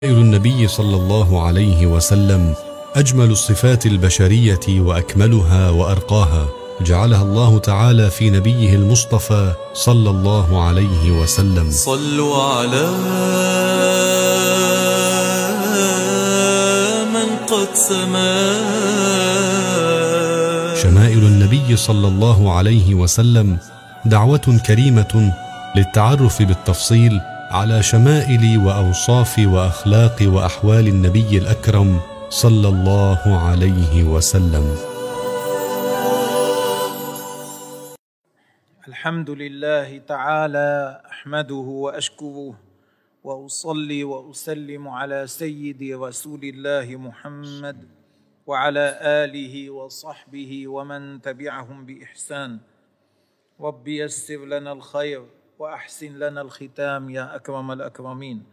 النبي صلى الله عليه وسلم أجمل الصفات البشرية وأكملها وأرقاها، جعلها الله تعالى في نبيه المصطفى صلى الله عليه وسلم. صلوا على من قد سما. شمائل النبي صلى الله عليه وسلم دعوة كريمة للتعرف بالتفصيل على شمائل وأوصاف وأخلاق وأحوال النبي الأكرم صلى الله عليه وسلم. الحمد لله تعالى أحمده وأشكره وأصلي وأسلم على سيدي رسول الله محمد وعلى آله وصحبه ومن تبعهم بإحسان. رب يسر لنا الخير وأحسن لنا الختام يا أكرم الأكرمين.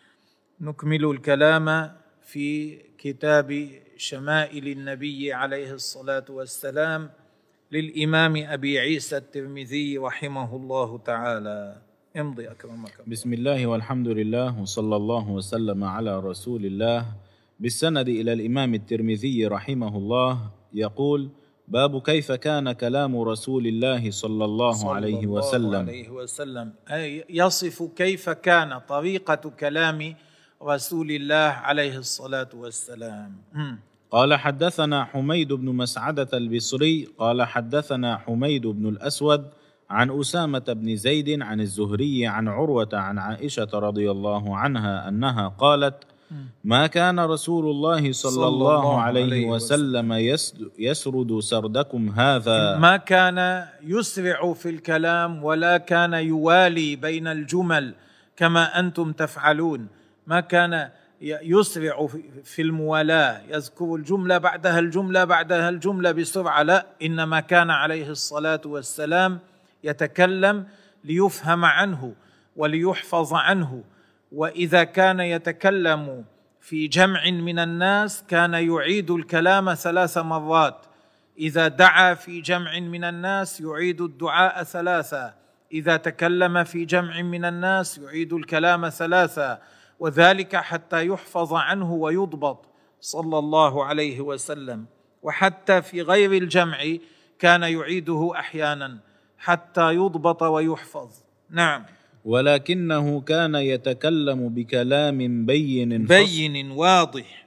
نكمل الكلام في كتاب شمائل النبي عليه الصلاة والسلام للإمام أبي عيسى الترمذي رحمه الله تعالى. امضي أكرمك. بسم الله والحمد لله وصلى الله وسلم على رسول الله. بالسند إلى الإمام الترمذي رحمه الله يقول: باب كيف كان كلام رسول الله صلى الله عليه وسلم. أي يصف كيف كان طريقة كلام رسول الله عليه الصلاة والسلام. قال: حدثنا حميد بن مسعدة البصري قال: حدثنا حميد بن الأسود عن أسامة بن زيد عن الزهري عن عروة عن عائشة رضي الله عنها أنها قالت: ما كان رسول الله صلى الله عليه وسلم يسرد سردكم هذا. ما كان يسرع في الكلام ولا كان يوالي بين الجمل كما أنتم تفعلون. ما كان يسرع في الموالاة، يذكر الجملة بعدها الجملة بعدها الجملة بسرعة، لا، إنما كان عليه الصلاة والسلام يتكلم ليفهم عنه وليحفظ عنه. وإذا كان يتكلم في جمع من الناس كان يعيد الكلام 3 مرات. إذا دعا في جمع من الناس يعيد الدعاء 3. إذا تكلم في جمع من الناس يعيد الكلام 3، وذلك حتى يحفظ عنه ويضبط صلى الله عليه وسلم. وحتى في غير الجمع كان يعيده أحيانا حتى يضبط ويحفظ. نعم. ولكنه كان يتكلم بكلام بين واضح،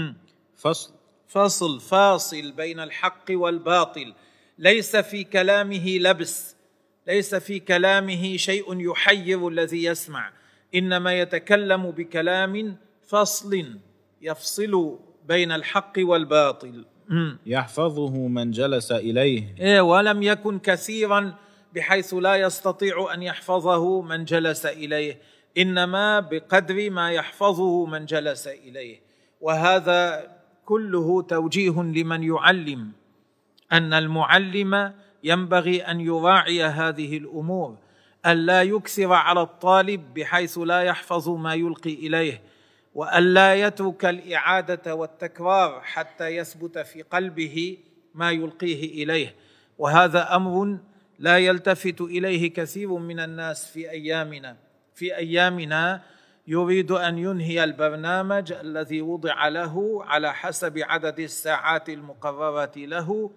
فاصل بين الحق والباطل. ليس في كلامه لبس، ليس في كلامه شيء يحير الذي يسمع، إنما يتكلم بكلام فصل يفصل بين الحق والباطل. يحفظه من جلس إليه. ولم يكن كثيرا بحيث لا يستطيع أن يحفظه من جلس إليه، إنما بقدر ما يحفظه من جلس إليه. وهذا كله توجيه لمن يعلم، أن المعلم ينبغي أن يراعي هذه الأمور، ألا يكثر على الطالب بحيث لا يحفظ ما يلقي إليه، وألا يترك الإعادة والتكرار حتى يثبت في قلبه ما يلقيه إليه. وهذا أمر لا يلتفت إليه كثير من الناس في أيامنا يريد أن ينهي البرنامج الذي وضع له على حسب عدد الساعات المقررة له،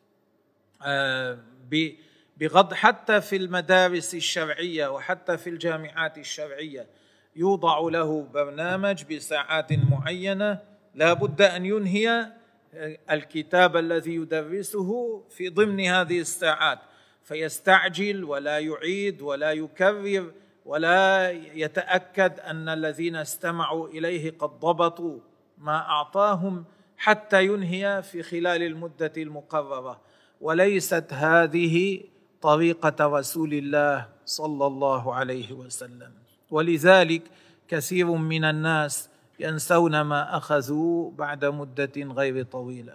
بغض حتى في المدارس الشرعية وحتى في الجامعات الشرعية يوضع له برنامج بساعات معينة، لا بد أن ينهي الكتاب الذي يدرسه في ضمن هذه الساعات، فيستعجل ولا يعيد ولا يكرر ولا يتأكد أن الذين استمعوا إليه قد ضبطوا ما أعطاهم حتى ينهي في خلال المدة المقررة. وليست هذه طريقة رسول الله صلى الله عليه وسلم. ولذلك كثير من الناس ينسون ما أخذوا بعد مدة غير طويلة.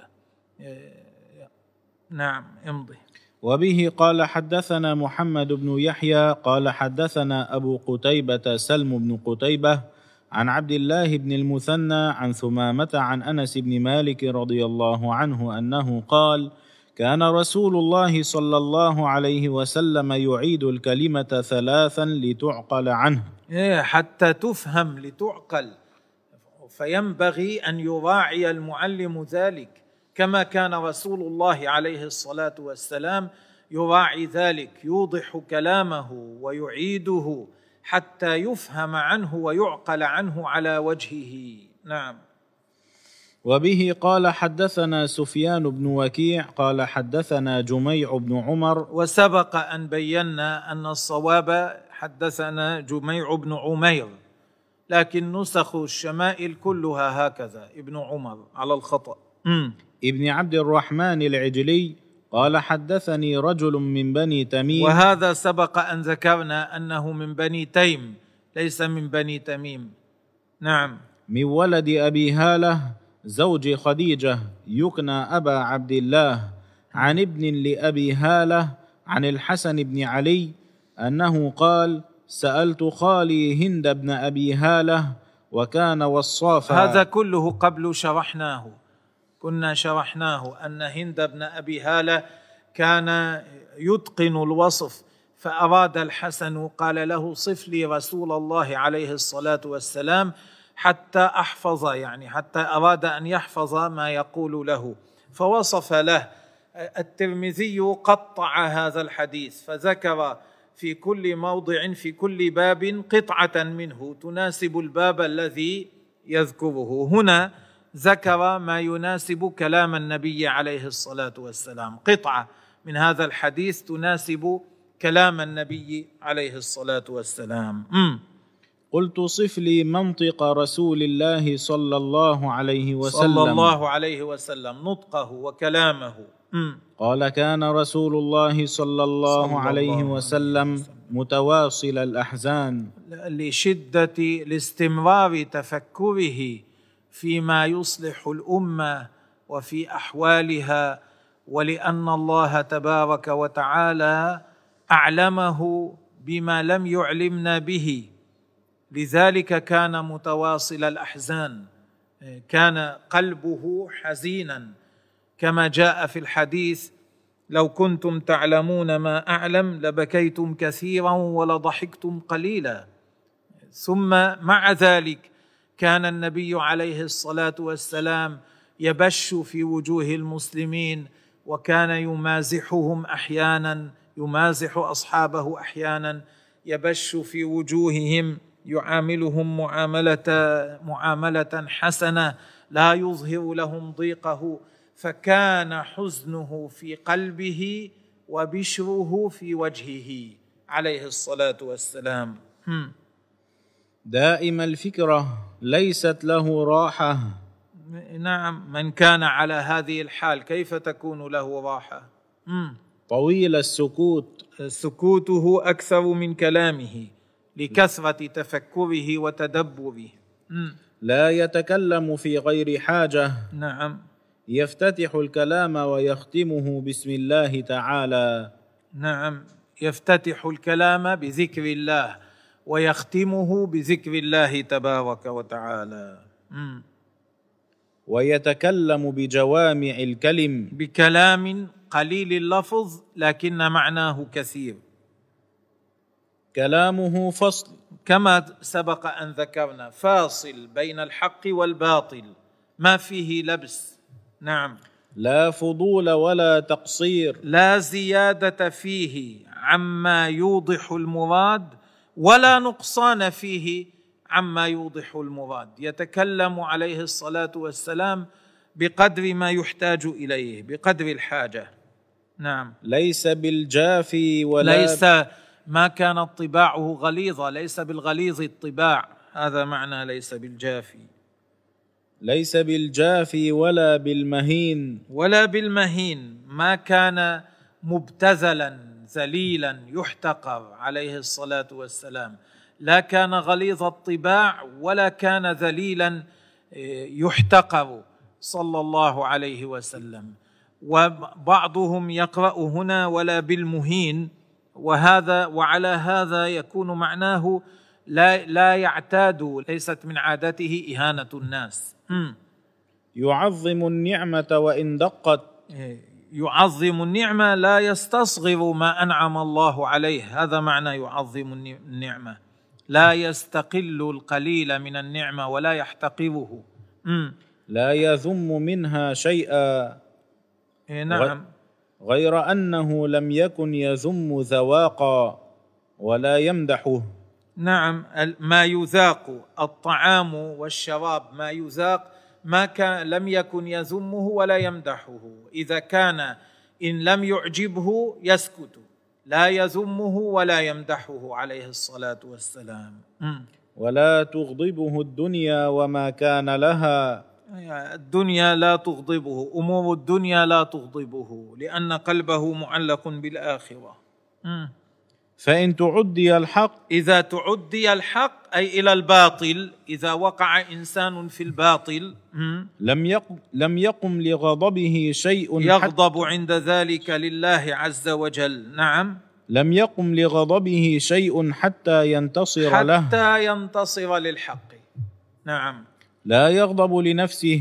نعم، امضي. وبه قال: حدثنا محمد بن يحيى قال: حدثنا أبو قتيبة سلم بن قتيبة عن عبد الله بن المثنى عن ثمامة عن أنس بن مالك رضي الله عنه أنه قال: كان رسول الله صلى الله عليه وسلم يعيد الكلمة 3 لتعقل عنه. حتى تفهم، لتعقل. فينبغي أن يراعي المعلم ذلك، كما كان رسول الله عليه الصلاة والسلام يراعي ذلك، يوضح كلامه ويعيده حتى يفهم عنه ويعقل عنه على وجهه. نعم. وبه قال حدثنا سفيان بن وكيع قال حدثنا جميع بن عمر. وسبق أن بينا أن الصواب حدثنا جميع بن عمير، لكن نسخ الشمائل كلها هكذا ابن عمر على الخطأ. ابن عبد الرحمن العجلي قال حدثني رجل من بني تميم. وهذا سبق أن ذكرنا أنه من بني تيم ليس من بني تميم. نعم. من ولد أبي هالة زوج خديجة يكنى أبا عبد الله، عن ابن لأبي هالة عن الحسن بن علي أنه قال سألت خالي هند بن أبي هالة وكان وصافا. هذا كله قبل شرحناه، كنا شرحناه أن هند بن أبي هالة كان يتقن الوصف، فأراد الحسن قال له صف لي رسول الله عليه الصلاة والسلام حتى أحفظ، يعني حتى أراد أن يحفظ ما يقول له، فوصف له. الترمذي قطع هذا الحديث فذكر في كل موضع في كل باب قطعة منه تناسب الباب الذي يذكره. هنا ذكر ما يناسب كلام النبي عليه الصلاة والسلام، قطعة من هذا الحديث تناسب كلام النبي عليه الصلاة والسلام. قلت صف لي منطق رسول الله صلى الله عليه وسلم. صلى الله عليه وسلم، نطقه وكلامه. قال كان رسول الله صلى الله عليه وسلم متواصل الأحزان، لشدة الاستمرار تفكره فيما يصلح الأمة وفي أحوالها، ولأن الله تبارك وتعالى أعلمه بما لم يعلمنا به، لذلك كان متواصل الأحزان، كان قلبه حزينا كما جاء في الحديث لو كنتم تعلمون ما أعلم لبكيتم كثيرا ولضحكتم قليلا. ثم مع ذلك كان النبي عليه الصلاة والسلام يبش في وجوه المسلمين، وكان يمازحهم أحيانا، يمازح أصحابه أحيانا، يبش في وجوههم، يعاملهم معاملة حسنة، لا يظهر لهم ضيقه، فكان حزنه في قلبه وبشره في وجهه عليه الصلاة والسلام. دائم الفكرة ليست له راحة. نعم، من كان على هذه الحال كيف تكون له راحة؟ طويل السكوت، سكوته أكثر من كلامه لكثرة تفكره وتدبره. لا يتكلم في غير حاجة. نعم. يفتتح الكلام ويختمه بسم الله تعالى. نعم، يفتتح الكلام بذكر الله ويختمه بذكر الله تبارك وتعالى. ويتكلم بجوامع الكلم، بكلام قليل اللفظ لكن معناه كثير. كلامه فصل، كما سبق أن ذكرنا، فاصل بين الحق والباطل، ما فيه لبس. نعم. لا فضول ولا تقصير، لا زيادة فيه عما يوضح المراد ولا نقصان فيه عما يوضح المراد. يتكلم عليه الصلاة والسلام بقدر ما يحتاج إليه، بقدر الحاجة. نعم. ليس بالجافي ولا ليس ما كانت طباعه غليظة، ليس بالغليظ الطباع، هذا معنى ليس بالجافي. ليس بالجافي ولا بالمهين، ولا بالمهين، ما كان مبتذلا ذليلا يحتقر عليه الصلاة والسلام، لا كان غليظ الطباع ولا كان ذليلا يحتقر صلى الله عليه وسلم. وبعضهم يقرأ هنا ولا بالمهين، وعلى هذا يكون معناه لا يعتاد، ليست من عادته إهانة الناس. يعظم النعمة وإن دقت، يعظم النعمة، لا يستصغر ما أنعم الله عليه، هذا معنى يعظم النعمة، لا يستقل القليل من النعمة ولا يحتقره. لا يذم منها شيئا. نعم. غير أنه لم يكن يذم ذواقا ولا يمدحه. نعم، ما يذاق الطعام والشراب ما يذاق ما كان لم يكن يذمه ولا يمدحه. إذا كان إن لم يعجبه يسكت، لا يذمه ولا يمدحه عليه الصلاة والسلام. ولا تغضبه الدنيا وما كان لها. الدنيا لا تغضبه، أمور الدنيا لا تغضبه، لأن قلبه معلق بالآخرة. فإن تعدي الحق، إذا تعدي الحق أي إلى الباطل، إذا وقع إنسان في الباطل لم يقم لغضبه شيء، يغضب عند ذلك لله عز وجل. نعم، لم يقم لغضبه شيء حتى ينتصر له، حتى ينتصر للحق. نعم، لا يغضب لنفسه،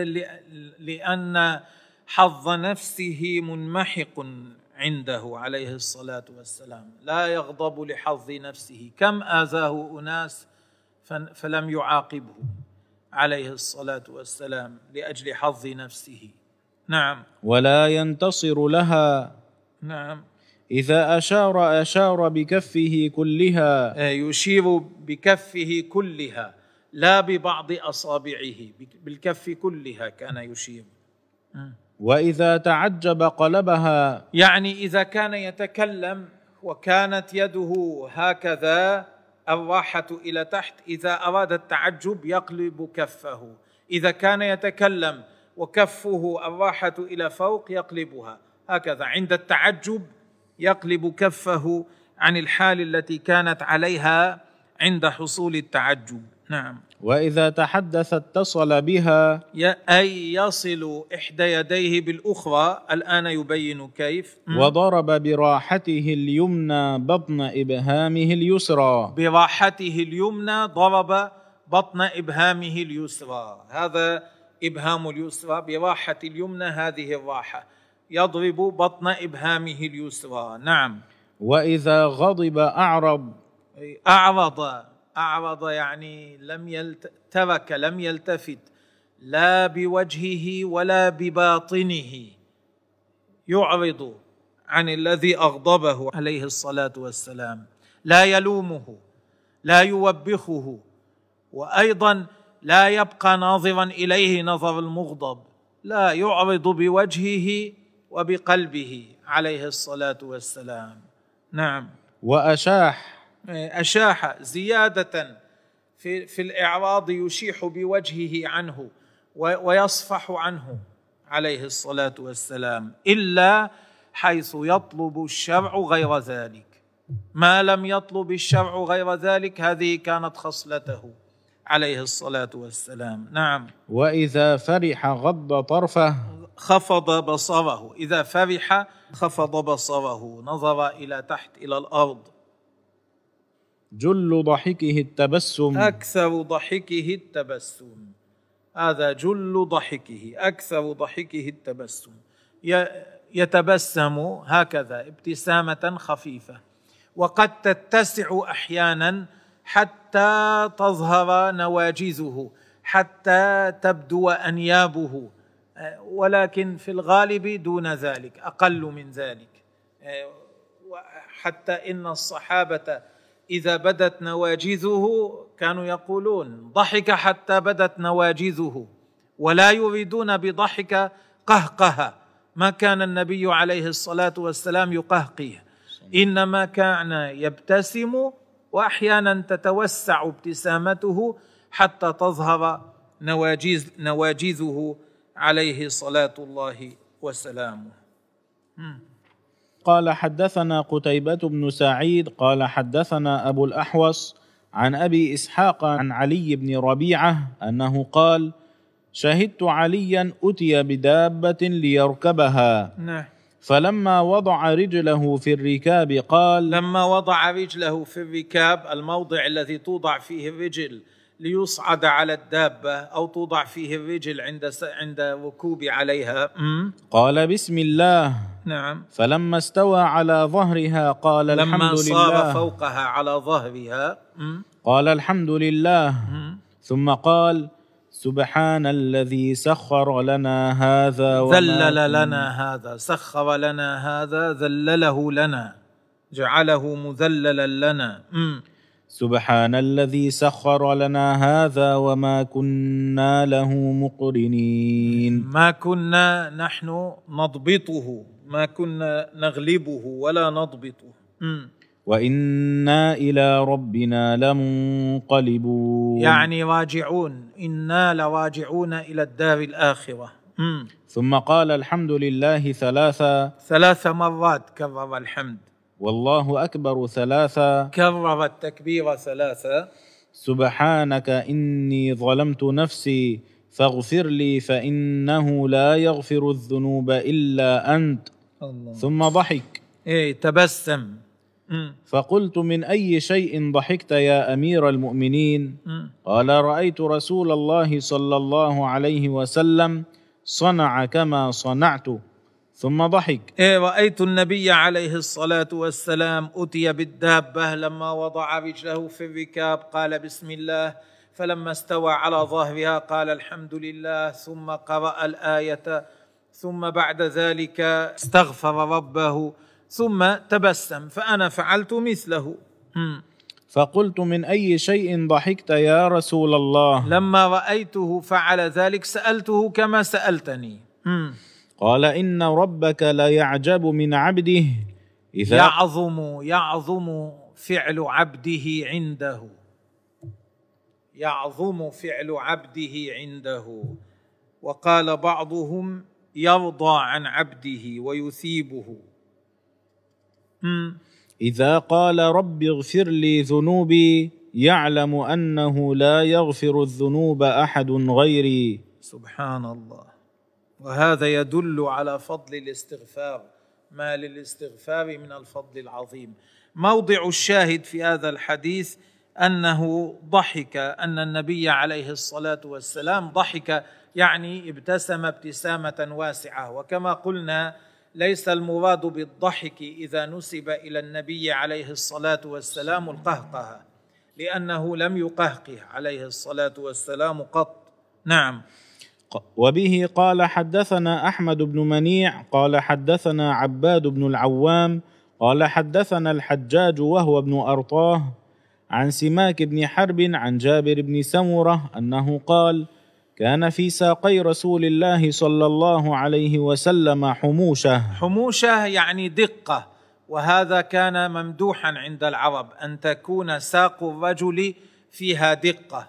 لأن حظ نفسه منمحق عنده عليه الصلاة والسلام، لا يغضب لحظ نفسه. كم آذاه أناس فلم يعاقبه عليه الصلاة والسلام لأجل حظ نفسه. نعم، ولا ينتصر لها. نعم، إذا أشار بكفه كلها، يشير بكفه كلها لا ببعض أصابعه، بالكف كلها كان يشير. وإذا تعجب قلبها، يعني إذا كان يتكلم وكانت يده هكذا الراحة إلى تحت، إذا أراد التعجب يقلب كفه. إذا كان يتكلم وكفه الراحة إلى فوق يقلبها هكذا، عند التعجب يقلب كفه عن الحال التي كانت عليها عند حصول التعجب. نعم. وإذا تحدث اتصل بها، أي يصل إحدى يديه بالأخرى. الآن يبين كيف. وضرب براحته اليمنى بطن إبهامه اليسرى. براحته اليمنى ضرب بطن إبهامه اليسرى، هذا إبهام اليسرى براحة اليمنى، هذه الراحة، يضرب بطن إبهامه اليسرى. نعم. وإذا غضب أعرض يعني لم يلتفت لا بوجهه ولا بباطنه، يعرض عن الذي أغضبه عليه الصلاة والسلام، لا يلومه لا يوبخه، وأيضا لا يبقى ناظرا إليه نظر المغضب، لا، يعرض بوجهه وبقلبه عليه الصلاة والسلام. نعم. أشاح زيادة في الإعراض، يشيح بوجهه عنه ويصفح عنه عليه الصلاة والسلام، إلا حيث يطلب الشرع غير ذلك. ما لم يطلب الشرع غير ذلك هذه كانت خصلته عليه الصلاة والسلام. نعم. وإذا فرح غض طرفه، خفض بصره. إذا فرح خفض بصره، نظر إلى تحت إلى الأرض. جل ضحكه التبسم، أكثر ضحكه التبسم، هذا جل ضحكه، أكثر ضحكه التبسم، يتبسم هكذا ابتسامة خفيفة، وقد تتسع أحيانا حتى تظهر نواجذه، حتى تبدو أنيابه، ولكن في الغالب دون ذلك، أقل من ذلك. حتى إن الصحابة إذا بدت نواجذه كانوا يقولون ضحك حتى بدت نواجذه، ولا يريدون بضحك قهقه، ما كان النبي عليه الصلاة والسلام يقهقه، إنما كان يبتسم، وأحيانا تتوسع ابتسامته حتى تظهر نواجذه عليه صلاة الله وسلامه. قال حدثنا قتيبة بن سعيد قال حدثنا أبو الأحوص عن أبي إسحاق عن علي بن ربيعة أنه قال: شهدت عليا أتي بدابة ليركبها، فلما وضع رجله في الركاب قال، لما وضع رجله في الركاب، الموضع الذي توضع فيه الرجل ليصعد على الدابة أو توضع فيه الرجل عند ركوب عليها، قال بسم الله. نعم. فلما استوى على ظهرها قال الحمد لله. لما صار فوقها على ظهرها قال الحمد لله، ثم قال سبحان الذي سخر لنا هذا ذلل لنا هذا، سخر لنا هذا، ذلله لنا، جعله مذللا لنا. سبحان الذي سخر لنا هذا وما كنا له مقرنين. ما كنا نحن نضبطه، ما كنا نغلبه ولا نضبطه. وإنا إلى ربنا لمنقلبون، يعني راجعون، إنا لراجعون إلى الدار الآخرة. ثم قال الحمد لله ثلاث مرات كرر الحمد، والله أكبر 3، كرر التكبير 3، سبحانك إني ظلمت نفسي فاغفر لي فإنه لا يغفر الذنوب إلا أنت. الله. ثم ضحك، تبسم. فقلت من أي شيء ضحكت يا أمير المؤمنين؟ قال رأيت رسول الله صلى الله عليه وسلم صنع كما صنعت. ثم ضحك. رأيت النبي عليه الصلاة والسلام أتي بالدابة، لما وضع رجله في الركاب قال بسم الله، فلما استوى على ظهرها قال الحمد لله، ثم قرأ الآية، ثم بعد ذلك استغفر ربه، ثم تبسم، فأنا فعلت مثله. فقلت من أي شيء ضحكت يا رسول الله؟ لما رأيته فعل ذلك سألته كما سألتني. قال إن ربك ليعجب من عبده إذا يعظم فعل عبده عنده، يعظم فعل عبده عنده. وقال بعضهم يرضى عن عبده ويثيبه. إذا قال رب اغفر لي ذنوبي يعلم أنه لا يغفر الذنوب أحد غيري. سبحان الله. وهذا يدل على فضل الاستغفار، ما للاستغفار من الفضل العظيم. موضع الشاهد في هذا الحديث أنه ضحك، أن النبي عليه الصلاة والسلام ضحك، يعني ابتسم ابتسامة واسعة. وكما قلنا ليس المراد بالضحك إذا نسب إلى النبي عليه الصلاة والسلام القهقه، لأنه لم يقهقه عليه الصلاة والسلام قط. نعم. وبه قال حدثنا أحمد بن منيع قال حدثنا عباد بن العوام قال حدثنا الحجاج وهو ابن أرطاه عن سماك بن حرب عن جابر بن سمرة أنه قال كان في ساقي رسول الله صلى الله عليه وسلم حموشة يعني دقة، وهذا كان ممدوحا عند العرب أن تكون ساق الرجل فيها دقة.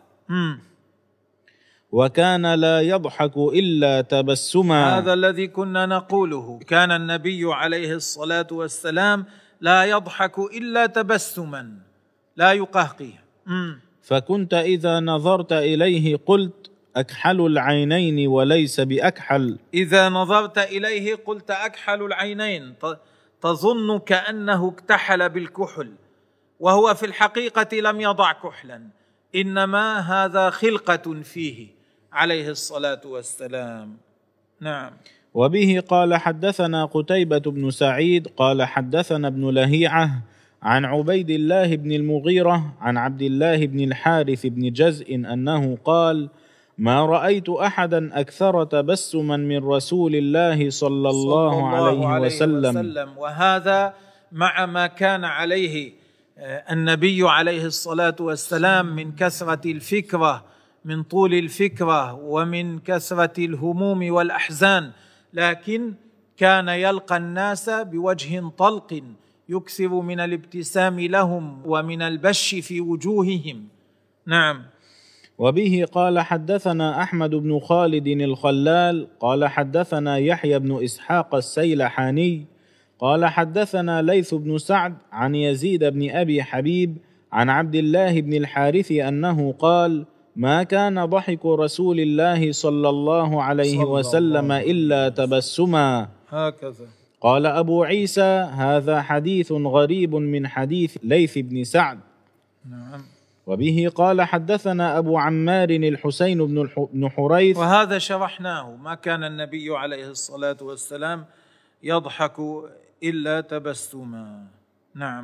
وكان لا يضحك إلا تبسما، هذا الذي كنا نقوله، كان النبي عليه الصلاة والسلام لا يضحك إلا تبسما، لا يقهقه. فكنت إذا نظرت إليه قلت أكحل العينين وليس بأكحل. إذا نظرت إليه قلت أكحل العينين، تظن كأنه اكتحل بالكحل، وهو في الحقيقة لم يضع كحلا، إنما هذا خلقة فيه عليه الصلاة والسلام. نعم. وبه قال حدثنا قتيبة بن سعيد قال حدثنا ابن لهيعة عن عبيد الله بن المغيرة عن عبد الله بن الحارث بن جزء أنه قال ما رأيت أحدا أكثر تبسما من رسول الله صلى الله عليه وسلم. وهذا مع ما كان عليه النبي عليه الصلاة والسلام من كثرة الفكرة، من طول الفكرة، ومن كثرة الهموم والأحزان، لكن كان يلقى الناس بوجه طلق، يكثر من الابتسام لهم ومن البش في وجوههم. نعم. وبه قال حدثنا أحمد بن خالد الخلال قال حدثنا يحيى بن إسحاق السيلحاني قال حدثنا ليث بن سعد عن يزيد بن أبي حبيب عن عبد الله بن الحارث أنه قال ما كان ضحك رسول الله صلى الله عليه وسلم إلا تبسما. هكذا قال أبو عيسى هذا حديث غريب من حديث ليث بن سعد. نعم. وبه قال حدثنا أبو عمار الحسين بن حريث، وهذا شرحناه، ما كان النبي عليه الصلاة والسلام يضحك إلا تبسما. نعم.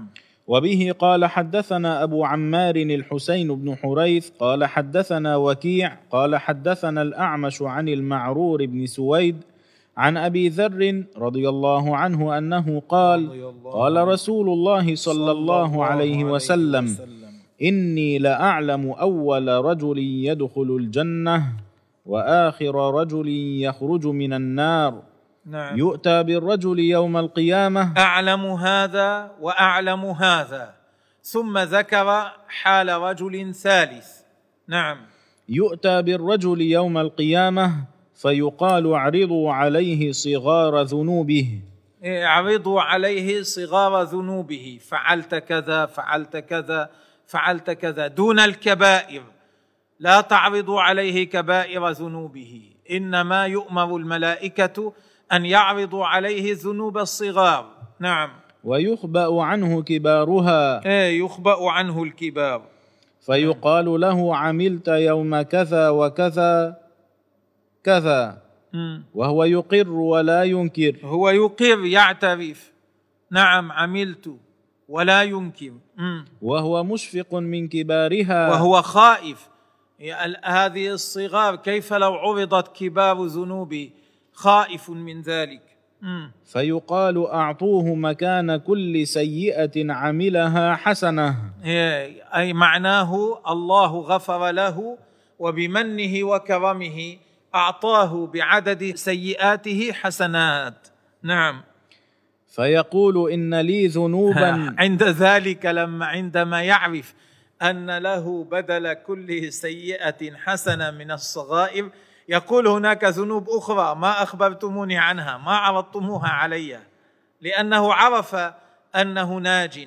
وبه قال حدثنا أبو عمار الحسين بن حريث قال حدثنا وكيع قال حدثنا الأعمش عن المعرور بن سويد عن أبي ذر رضي الله عنه أنه قال قال رسول الله صلى الله عليه وسلم إني لأعلم أول رجل يدخل الجنة وآخر رجل يخرج من النار. نعم. يؤتى بالرجل يوم القيامة. أعلم هذا وأعلم هذا، ثم ذكر حال رجل ثالث. نعم. يؤتى بالرجل يوم القيامة فيقال اعرضوا عليه صغار ذنوبه. اعرضوا عليه صغار ذنوبه، فعلت كذا فعلت كذا فعلت كذا، دون الكبائر. لا تعرضوا عليه كبائر ذنوبه، إنما يؤمر الملائكة أن يعرضوا عليه ذنوب الصغار. نعم. ويخبأ عنه كبارها. يخبأ عنه الكبار. فيقال له عملت يوم كذا وكذا كذا، وهو يقر ولا ينكر. هو يقر، يعترف، نعم عملت، ولا ينكر. وهو مشفق من كبارها، وهو خائف. هذه الصغار كيف لو عرضت كبار ذنوبي، خائف من ذلك. فيقال أعطوه مكان كل سيئة عملها حسنة. أي معناه الله غفر له وبمنه وكرمه أعطاه بعدد سيئاته حسنات. نعم. فيقول إن لي ذنوبا. عند ذلك عندما يعرف أن له بدل كل سيئة حسنة من الصغائر، يقول هناك ذنوب أخرى ما أخبرتموني عنها، ما عرضتموها علي، لأنه عرف أنه ناج.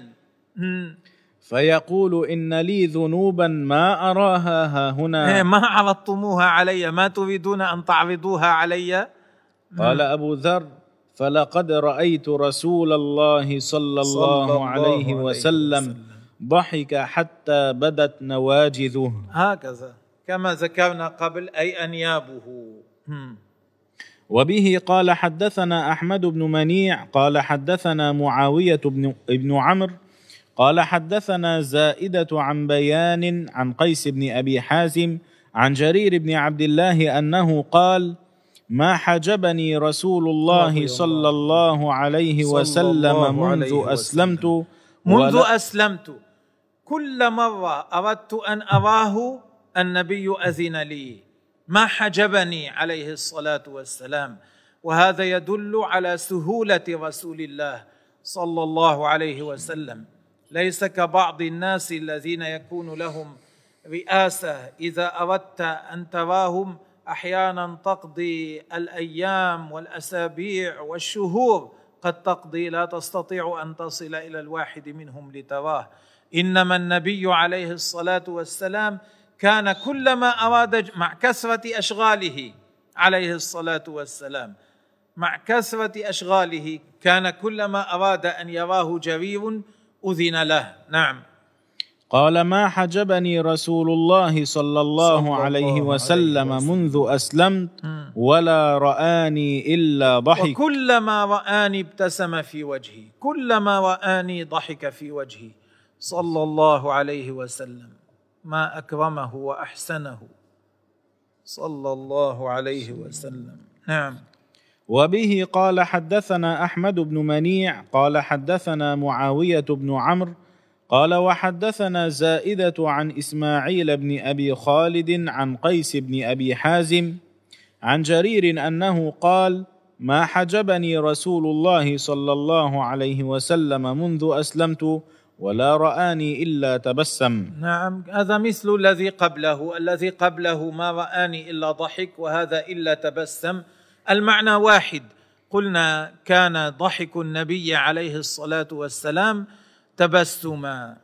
فيقول إن لي ذنوبا ما أراها ها هنا، ما عرضتموها علي، ما تريدون أن تعرضوها علي. قال أبو ذر فلقد رأيت رسول الله صلى الله عليه وسلم ضحك حتى بدت نواجذه. هكذا كما ذكرنا قبل، أي أنيابه. وبه قال حدثنا أحمد بن منيع قال حدثنا معاوية بن عمرو قال حدثنا زائدة عن بيان عن قيس بن أبي حازم عن جرير بن عبد الله أنه قال ما حجبني رسول الله صلى الله عليه وسلم منذ أسلمت كل مرة أردت أن أراه النبي أذن لي، ما حجبني عليه الصلاة والسلام. وهذا يدل على سهولة رسول الله صلى الله عليه وسلم، ليس كبعض الناس الذين يكون لهم رئاسة إذا أردت أن تراهم أحيانا تقضي الأيام والأسابيع والشهور، قد تقضي لا تستطيع أن تصل إلى الواحد منهم لتراه. إنما النبي عليه الصلاة والسلام كان كلما أراد، مع كثرة أشغاله عليه الصلاة والسلام، مع كثرة أشغاله كان كلما أراد أن يراه جرير أذن له. نعم. قال ما حجبني رسول الله صلى الله عليه وسلم منذ أسلمت ولا رآني إلا ضحك. وكلما رآني ابتسم في وجهي، كلما رآني ضحك في وجهي صلى الله عليه وسلم. ما أكرمه وأحسنه صلى الله عليه وسلم. نعم. وبه قال حدثنا أحمد بن منيع قال حدثنا معاوية بن عمرو قال وحدثنا زائدة عن إسماعيل بن أبي خالد عن قيس بن أبي حازم عن جرير أنه قال ما حجبني رسول الله صلى الله عليه وسلم منذ أسلمت ولا رآني إلا تبسم. نعم. هذا مثل الذي قبله ما رآني إلا ضحك، وهذا إلا تبسم، المعنى واحد. قلنا كان ضحك النبي عليه الصلاة والسلام تبسما،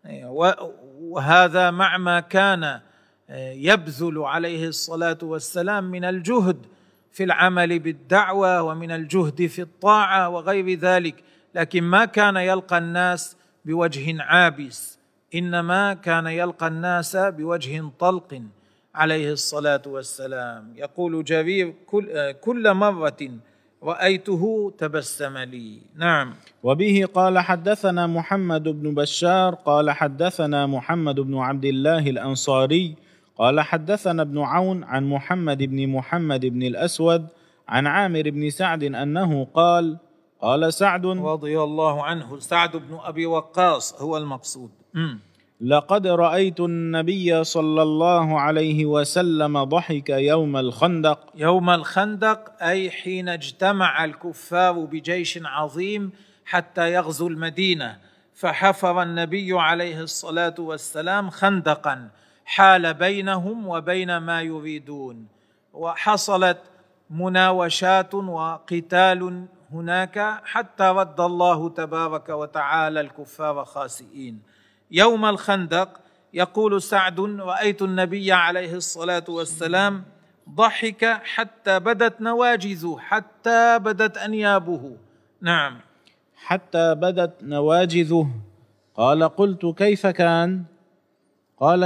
وهذا مع ما كان يبذل عليه الصلاة والسلام من الجهد في العمل بالدعوة ومن الجهد في الطاعة وغير ذلك، لكن ما كان يلقى الناس بوجه عابس، إنما كان يلقى الناس بوجه طلق عليه الصلاة والسلام. يقول جرير كل مرة رأيته تبسم لي. نعم. وبه قال حدثنا محمد بن بشار قال حدثنا محمد بن عبد الله الأنصاري قال حدثنا ابن عون عن محمد بن الأسود عن عامر بن سعد أنه قال سعد رضي الله عنه، سعد بن أبي وقاص هو المقصود. لقد رأيت النبي صلى الله عليه وسلم ضحك يوم الخندق. يوم الخندق أي حين اجتمع الكفار بجيش عظيم حتى يغزو المدينة، فحفر النبي عليه الصلاة والسلام خندقا حال بينهم وبين ما يريدون، وحصلت مناوشات وقتال هناك حتى رد الله تبارك وتعالى الكفار خاسئين. يوم الخندق يقول سعد: رأيت النبي عليه الصلاة والسلام ضحك حتى بدت نواجذه، حتى بدت أنيابه. نعم. حتى بدت نواجذه. قال: قلت كيف كان؟ قال: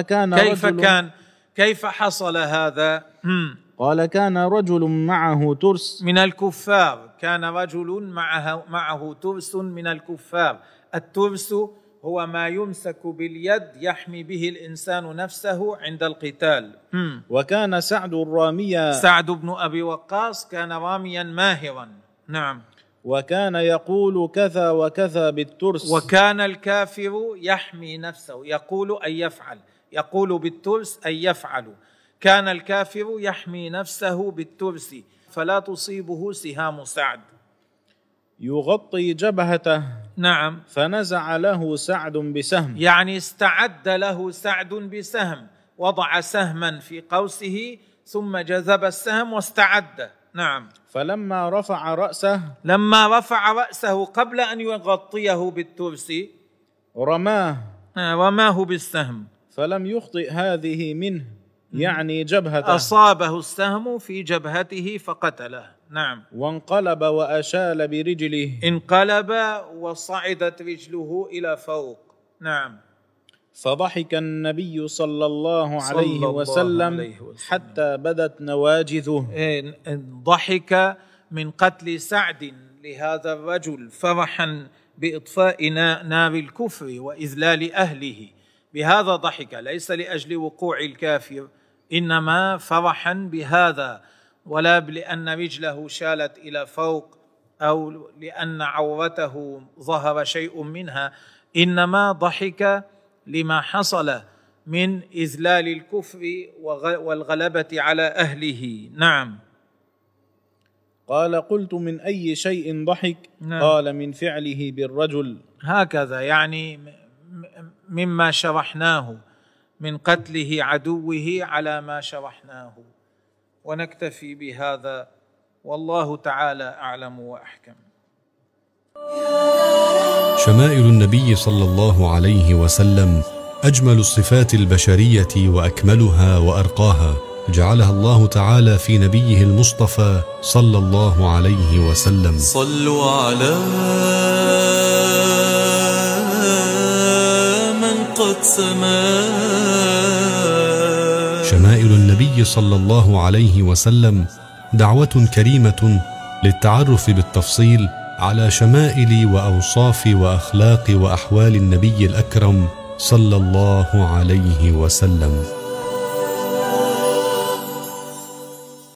كيف حصل هذا؟ قال: كان رجل معه ترس من الكفار، كان رجل معه ترس من الكفار. الترس هو ما يمسك باليد يحمي به الإنسان نفسه عند القتال. وكان سعد راميا، سعد بن أبي وقاص كان راميا ماهرا. نعم. وكان يقول كذا وكذا بالترس. وكان الكافر يحمي نفسه، يقول أن يفعل، يقول بالترس أن يفعل. كان الكافر يحمي نفسه بالترس فلا تصيبه سهام سعد. يغطي جبهته. نعم. فنزع له سعد بسهم، يعني استعد له سعد بسهم، وضع سهما في قوسه ثم جذب السهم واستعد. نعم. فلما رفع رأسه قبل أن يغطيه بالترس رماه بالسهم، فلم يخطئ هذه منه، يعني جبهته، أصابه السهم في جبهته فقتله. نعم. وانقلب وأشال برجله، انقلب وصعدت رجله إلى فوق. نعم. فضحك النبي صلى الله عليه وسلم حتى بدت نواجذه. ضحك من قتل سعد لهذا الرجل فرحا بإطفاء نار الكفر وإذلال أهله، بهذا ضحك، ليس لأجل وقوع الكافر، إنما فرحا بهذا، ولا لأن رجله شالت إلى فوق أو لأن عورته ظهر شيء منها، إنما ضحك لما حصل من إذلال الكفر والغلبة على أهله. نعم. قال: قلت من أي شيء ضحك؟ نعم. قال: من فعله بالرجل. هكذا، يعني مما شرحناه من قتله عدوه على ما شرحناه. ونكتفي بهذا، والله تعالى أعلم وأحكم. شمائل النبي صلى الله عليه وسلم أجمل الصفات البشرية وأكملها وأرقاها، جعلها الله تعالى في نبيه المصطفى صلى الله عليه وسلم. صلوا على من قد سما. شمائل النبي صلى الله عليه وسلم دعوة كريمة للتعرف بالتفصيل على شمائل وأوصاف وأخلاق وأحوال النبي الأكرم صلى الله عليه وسلم.